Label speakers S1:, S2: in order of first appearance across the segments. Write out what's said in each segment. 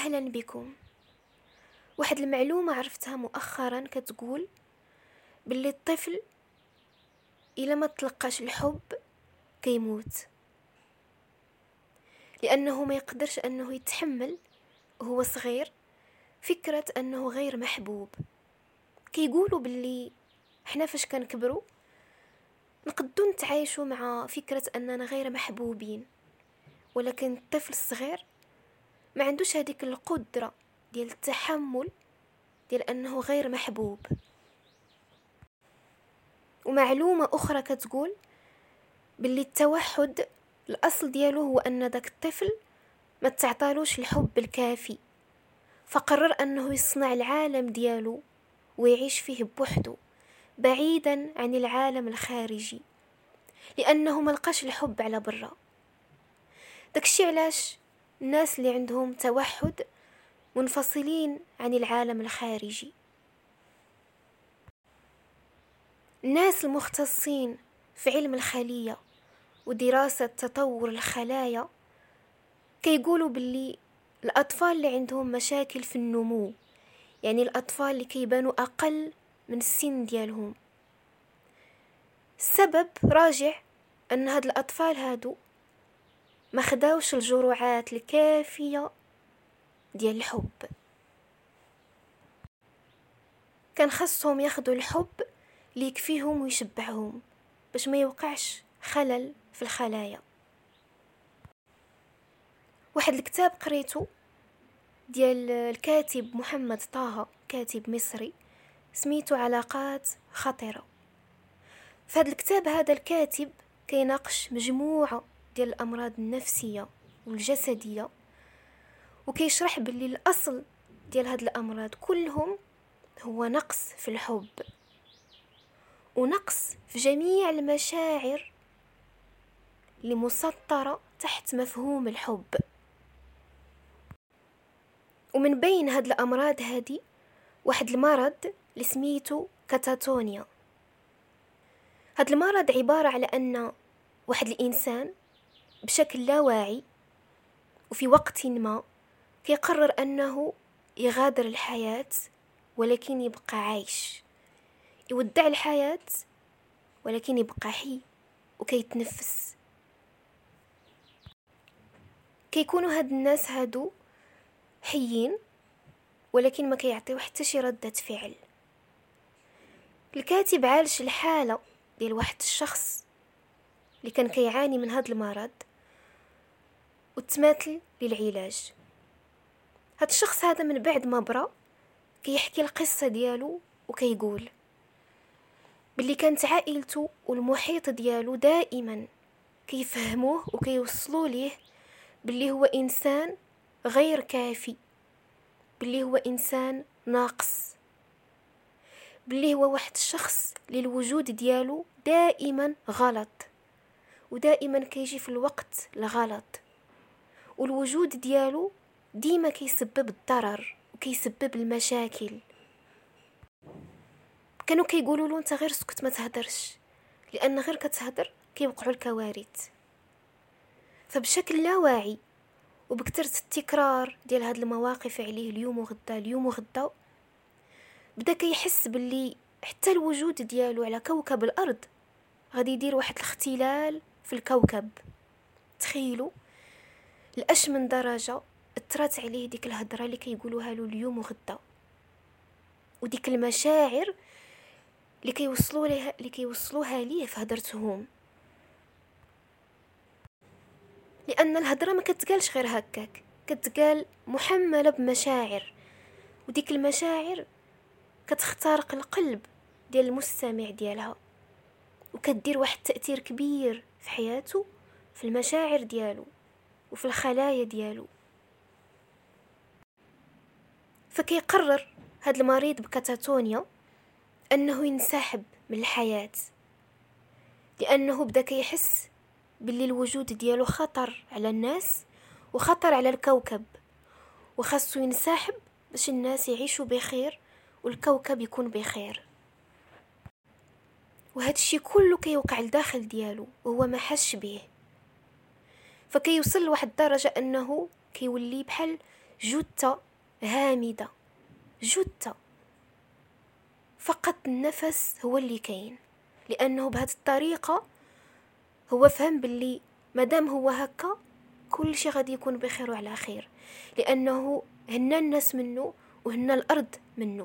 S1: أهلا بكم. واحد المعلومة عرفتها مؤخرا كتقول باللي الطفل إلا ما تلقاش الحب كيموت، لأنه ما يقدرش أنه يتحمل وهو صغير فكرة أنه غير محبوب. كيقولوا باللي احنا فاش كنكبروا نقدو نتعايشوا مع فكرة أننا غير محبوبين، ولكن الطفل الصغير ما عندوش هذيك القدرة ديال التحمل ديال أنه غير محبوب. ومعلومة أخرى كتقول باللي التوحد الأصل ديالو هو أن داك الطفل ما تعطالوش الحب الكافي، فقرر أنه يصنع العالم ديالو ويعيش فيه بوحده بعيدا عن العالم الخارجي، لأنه ملقاش الحب على برا. داكشي علاش الناس اللي عندهم توحد منفصلين عن العالم الخارجي. الناس المختصين في علم الخلية ودراسة تطور الخلايا كيقولوا باللي الأطفال اللي عندهم مشاكل في النمو، يعني الأطفال اللي كيبانوا أقل من السن ديالهم، السبب راجع أن هاد الأطفال هادو ما خداوش الجرعات الكافية ديال الحب. كان خصهم ياخدوا الحب اللي يكفيهم ويشبعهم باش ما يوقعش خلل في الخلايا. واحد الكتاب قريته ديال الكاتب محمد طه، كاتب مصري، سميته علاقات خطرة. في هذا الكتاب هذا الكاتب كيناقش مجموعة ديال الأمراض النفسية والجسدية، وكيشرح باللي الأصل ديال هاد الأمراض كلهم هو نقص في الحب ونقص في جميع المشاعر اللي مسطرة تحت مفهوم الحب. ومن بين هاد الأمراض هادي واحد المرض اللي سميته كاتاتونيا. هاد المرض عبارة على أن واحد الإنسان بشكل لا واعي وفي وقت ما كيقرر أنه يغادر الحياة، ولكن يبقى عايش، يودع الحياة ولكن يبقى حي وكيتنفس. كيكونوا هاد الناس هادو حيين ولكن ما كيعطيو حتى شي ردة فعل. الكاتب عالج الحالة ديال واحد الشخص اللي كان كيعاني من هاد المرض وتماثل للعلاج. هاد الشخص هذا من بعد ما برا كيحكي القصة ديالو وكيقول باللي كانت عائلته والمحيط ديالو دائما كيفهموه وكيوصلوا ليه باللي هو إنسان غير كافي، باللي هو إنسان ناقص، باللي هو واحد الشخص للوجود ديالو دائما غلط ودائما كيجي في الوقت الغلط، والوجود ديالو ديما كيسبب الضرر وكيسبب المشاكل. كانوا كيقولوا له انت غير سكت ما تهدرش، لان غير كتهدر كيوقعوا الكوارث. فبشكل لا واعي وبكثرة التكرار ديال هاد المواقف عليه اليوم وغدا اليوم وغدا، بدا كيحس باللي حتى الوجود ديالو على كوكب الارض غادي يدير واحد الاختلال في الكوكب. تخيلوا لأش من درجة اثرت عليه ديك الهضره اللي كيقولوها له اليوم وغدا، وديك المشاعر اللي كيوصلوها ليه في هضرتهم. لان الهضره ما كتقالش غير هكاك، كتقال محمله بمشاعر، وديك المشاعر كتخترق القلب ديال المستمع ديالها وكتدير واحد التأثير كبير في حياته، في المشاعر ديالو وفي الخلايا ديالو. فكيقرر هاد المريض بكاتاتونيا أنه ينسحب من الحياة، لأنه بدا كيحس باللي الوجود ديالو خطر على الناس وخطر على الكوكب، وخاصو ينسحب باش الناس يعيشوا بخير والكوكب يكون بخير. وهذا الشيء كله كيوقع لداخل ديالو وهو ما حسش به. فكيوصل لواحد الدرجة أنه كيولي بحال جثة هامدة، جثة فقط النفس هو اللي كاين، لأنه بهذه الطريقة هو فهم باللي مادام هو هكا كل شيء غادي يكون بخير وعلى خير، لأنه هنا الناس منه وهنا الأرض منه.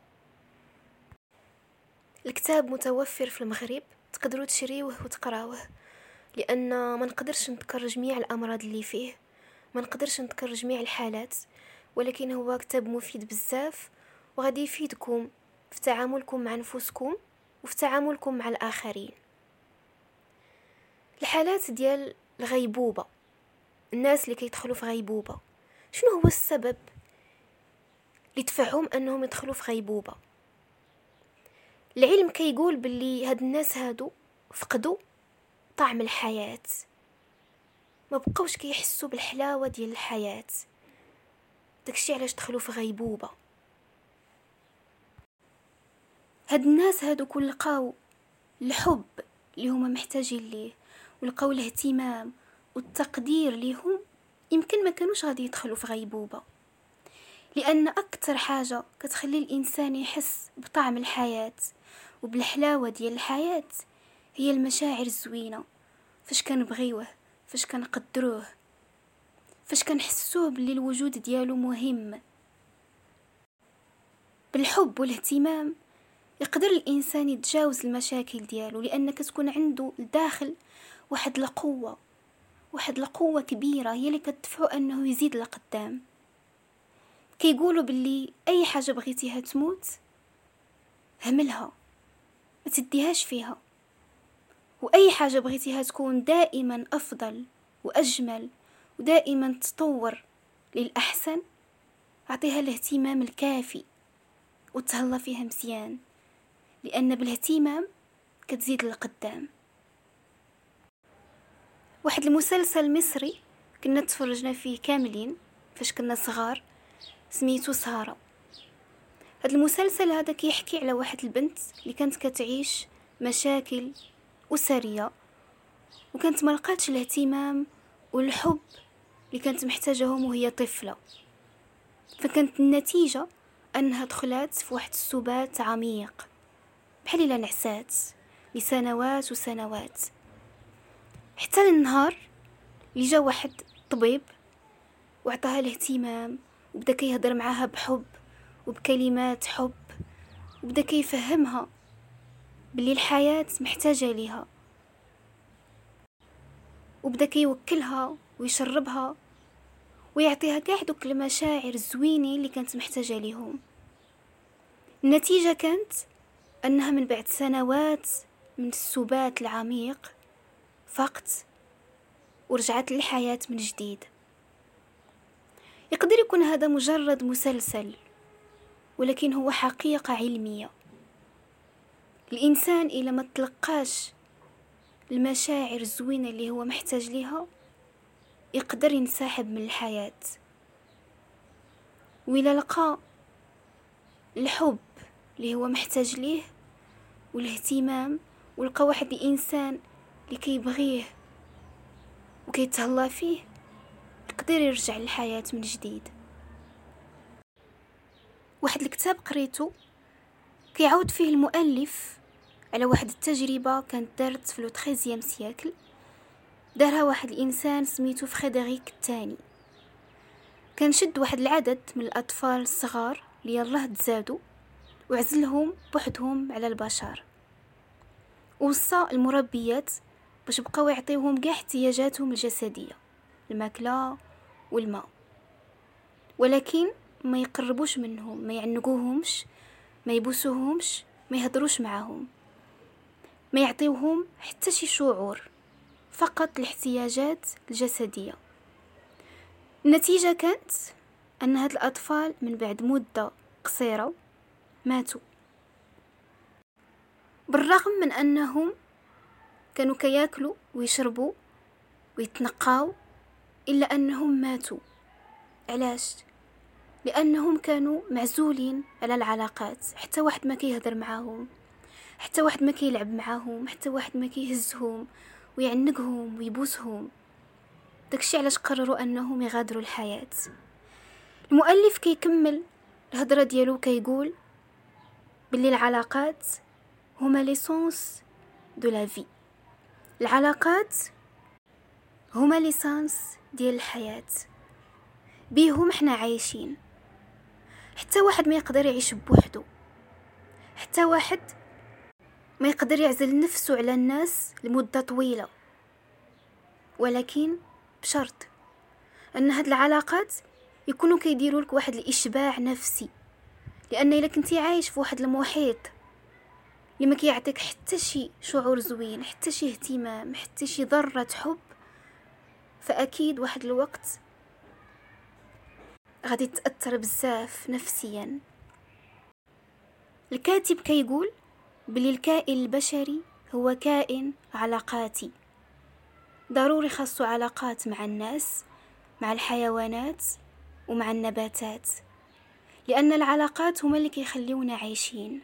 S1: الكتاب متوفر في المغرب، تقدروا تشريوه وتقراوه، لأن ما نقدرش نذكر جميع الأمراض اللي فيه، ما نقدرش نذكر جميع الحالات، ولكن هو كتاب مفيد بزاف وغادي يفيدكم في تعاملكم مع نفوسكم وفي تعاملكم مع الآخرين. الحالات ديال الغيبوبة، الناس اللي كيدخلوا في غيبوبة، شنو هو السبب اللي دفعهم أنهم يدخلوا في غيبوبة؟ العلم كيقول باللي هاد الناس هادو فقدوا طعم الحياة، ما بقوش كيحسوا بالحلاوة ديال الحياة، داكشي علاش دخلوا في غيبوبة. هاد الناس هادو كل لقاو الحب اللي هما محتاجين ليه ولقاو الاهتمام والتقدير ليهم، يمكن ما كانوش غادي يدخلوا في غيبوبة، لأن أكتر حاجة كتخلي الإنسان يحس بطعم الحياة وبالحلاوة ديال الحياة هي المشاعر الزوينة، فاش كنبغيوه، فاش كنقدروه، فاش كنحسوه باللي الوجود ديالو مهم. بالحب والاهتمام يقدر الإنسان يتجاوز المشاكل ديالو، لأن كتكون عنده الداخل واحد القوة كبيرة هي اللي كتدفعه أنه يزيد لقدام. كيقولوا باللي أي حاجة بغيتيها تموت هملها، ما تديهاش فيها، وأي حاجة بغيتيها تكون دائما أفضل وأجمل ودائما تطور للأحسن، أعطيها الاهتمام الكافي وتهلا فيها مزيان، لأن بالاهتمام كتزيد لقدام. واحد المسلسل مصري كنا تفرجنا فيه كاملين فاش كنا صغار، سميتو سارة. هاد المسلسل هذا كيحكي على واحد البنت اللي كانت كتعيش مشاكل أسرية، وكانت ملقاتش الاهتمام والحب اللي كانت محتاجهم وهي طفلة، فكانت النتيجة أنها دخلت في واحد السبات عميق بحال إلا نعسات لسنوات وسنوات، حتى النهار اللي جا واحد طبيب وعطاها الاهتمام وبدا كيهضر معاها بحب وبكلمات حب، وبدا كيفهمها باللي الحياة محتاجة ليها، وبدا كيوكلها ويشربها ويعطيها كاع دوك المشاعر الزوينين اللي كانت محتاجة ليهم. النتيجة كانت أنها من بعد سنوات من السبات العميق فقط ورجعت للحياة من جديد. يقدر يكون هذا مجرد مسلسل، ولكن هو حقيقة علمية. الإنسان إلا ما تلقاش المشاعر الزوينة اللي هو محتاج ليها يقدر ينسحب من الحياة، وإلا لقى الحب اللي هو محتاج ليه والاهتمام، ولقى واحد الإنسان اللي كيبغيه وكيتهلا فيه، يقدر يرجع للحياة من جديد. واحد الكتاب قريته كيعود فيه المؤلف على واحد التجربة كانت دارت في لو 13 سياكل، دارها واحد الإنسان سميتو فريدريك الثاني. كان شد واحد العدد من الأطفال الصغار اللي يلاه تزادوا وعزلهم بوحدهم على البشر، ووصى المربيات باش بقاو يعطيوهم كاع احتياجاتهم الجسدية، الماكلة والماء، ولكن ما يقربوش منهم، ما يعنقوهمش، ما يبوسوهمش، ما يهضروش معاهم، ما يعطيوهم حتى شي شعور، فقط الاحتياجات الجسدية. النتيجة كانت أن هاد الأطفال من بعد مدة قصيرة ماتوا، بالرغم من أنهم كانوا كياكلوا ويشربوا ويتنقاو، إلا أنهم ماتوا. علاش؟ لأنهم كانوا معزولين على العلاقات، حتى واحد ما كيهضر معاهم، حتى واحد ما كيلعب معاهم، حتى واحد ما كيهزهم ويعنقهم ويبوسهم. داكشي علاش قرروا أنهم يغادروا الحياة. المؤلف كيكمل الهضرة ديالو كيقول باللي العلاقات هما ليسونس دو لا في. العلاقات هما ليسانس ديال الحياة، بيهم حنا عايشين. حتى واحد ما يقدر يعيش بوحدو، حتى واحد ما يقدر يعزل نفسه على الناس لمدة طويلة، ولكن بشرط ان هاد العلاقات يكونوا كيديروا لك واحد الاشباع نفسي. لان الا كنتي عايش في واحد المحيط اللي ما كيعطيك حتى شي شعور زوين، حتى شي اهتمام، حتى شي ذرة حب، فاكيد واحد الوقت غادي تأثر بزاف نفسيا. الكاتب كيقول بلي الكائن البشري هو كائن علاقاتي، ضروري خاصو علاقات مع الناس، مع الحيوانات ومع النباتات، لأن العلاقات هما اللي كيخليونا عايشين.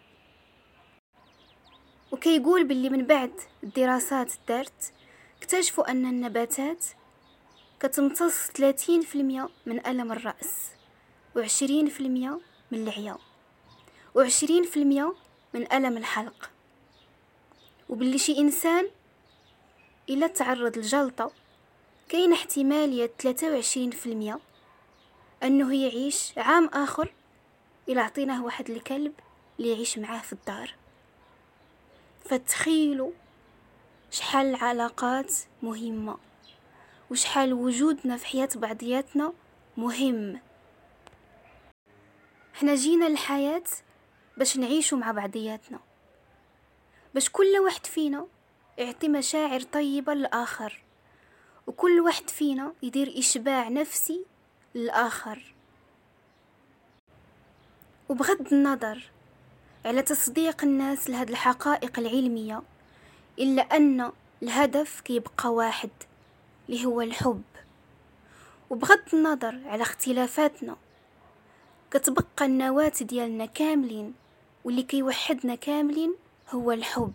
S1: وكيقول باللي من بعد الدراسات دارت اكتشفوا أن النباتات كتمتص 30% من ألم الرأس، و20% من العيا، و20% من ألم الحلق. وباللي شي إنسان إلا تعرض لجلطة كاين احتمالية 23% أنه يعيش عام آخر إلا عطيناه واحد الكلب اللي يعيش معاه في الدار. فتخيلوا شحال العلاقات مهمة، وشحال وجودنا في حياة بعضياتنا مهم. احنا جينا الحياة باش نعيشوا مع بعضياتنا، باش كل واحد فينا يعطي مشاعر طيبة للآخر، وكل واحد فينا يدير إشباع نفسي للآخر. وبغض النظر على تصديق الناس لهذه الحقائق العلمية، إلا أن الهدف كيبقى واحد اللي هو الحب. وبغض النظر على اختلافاتنا كتبقى النواة ديالنا كاملين، واللي كيوحدنا كاملين هو الحب.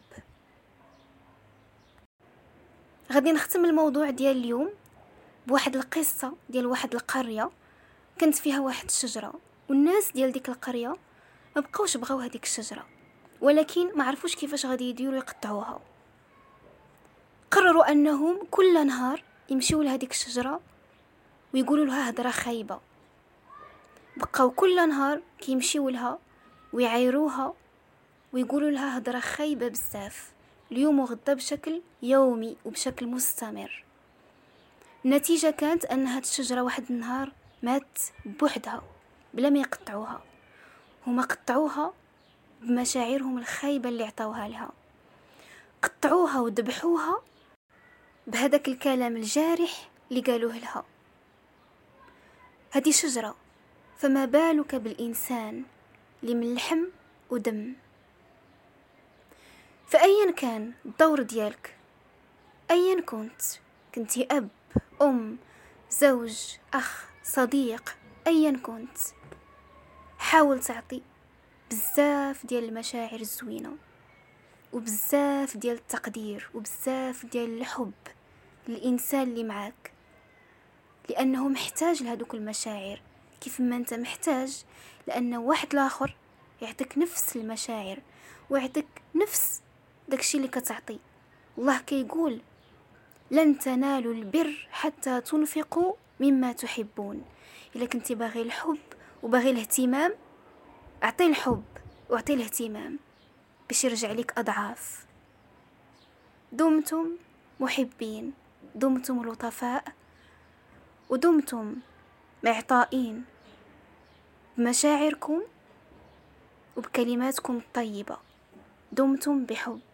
S1: غادي نختم الموضوع ديال اليوم بواحد القصة ديال واحد القرية كانت فيها واحد الشجرة، والناس ديال ديك القرية ما بقاوش بغاو هذيك الشجرة، ولكن ما عرفوش كيفاش غادي يديروا يقطعوها. قرروا انهم كل نهار يمشيو لهذيك الشجرة ويقولوا لها هضره خايبه. بقاو كل نهار كيمشيو لها ويعايروها ويقولوا لها هضره خايبه بزاف، اليوم وغدا بشكل يومي وبشكل مستمر. النتيجه كانت ان هاد الشجره واحد النهار مات بوحدها بلا ما يقطعوها. هما قطعوها بمشاعرهم الخايبه اللي عطاوها لها، قطعوها وذبحوها بهذاك الكلام الجارح اللي قالوه لها. هذه شجرة، فما بالك بالإنسان اللي من لحم ودم؟ فأيا كان الدور ديالك، أيا كنتي أب، أم، زوج، أخ، صديق، أيا كنت، حاول تعطي بزاف ديال المشاعر الزوينة وبزاف ديال التقدير وبزاف ديال الحب للإنسان اللي معاك، لأنه محتاج لهذوك المشاعر كيف ما أنت محتاج، لأن واحد الآخر يعطيك نفس المشاعر ويعطيك نفس داكشي اللي كتعطي. الله كيقول لن تنالوا البر حتى تنفقوا مما تحبون. إلا كنتي باغي الحب وباغي الاهتمام، أعطي الحب واعطي الاهتمام باش يرجع لك أضعاف. دمتم محبين، دمتم لطفاء، ودمتم معطائين بمشاعركم وبكلماتكم الطيبة. دمتم بحب.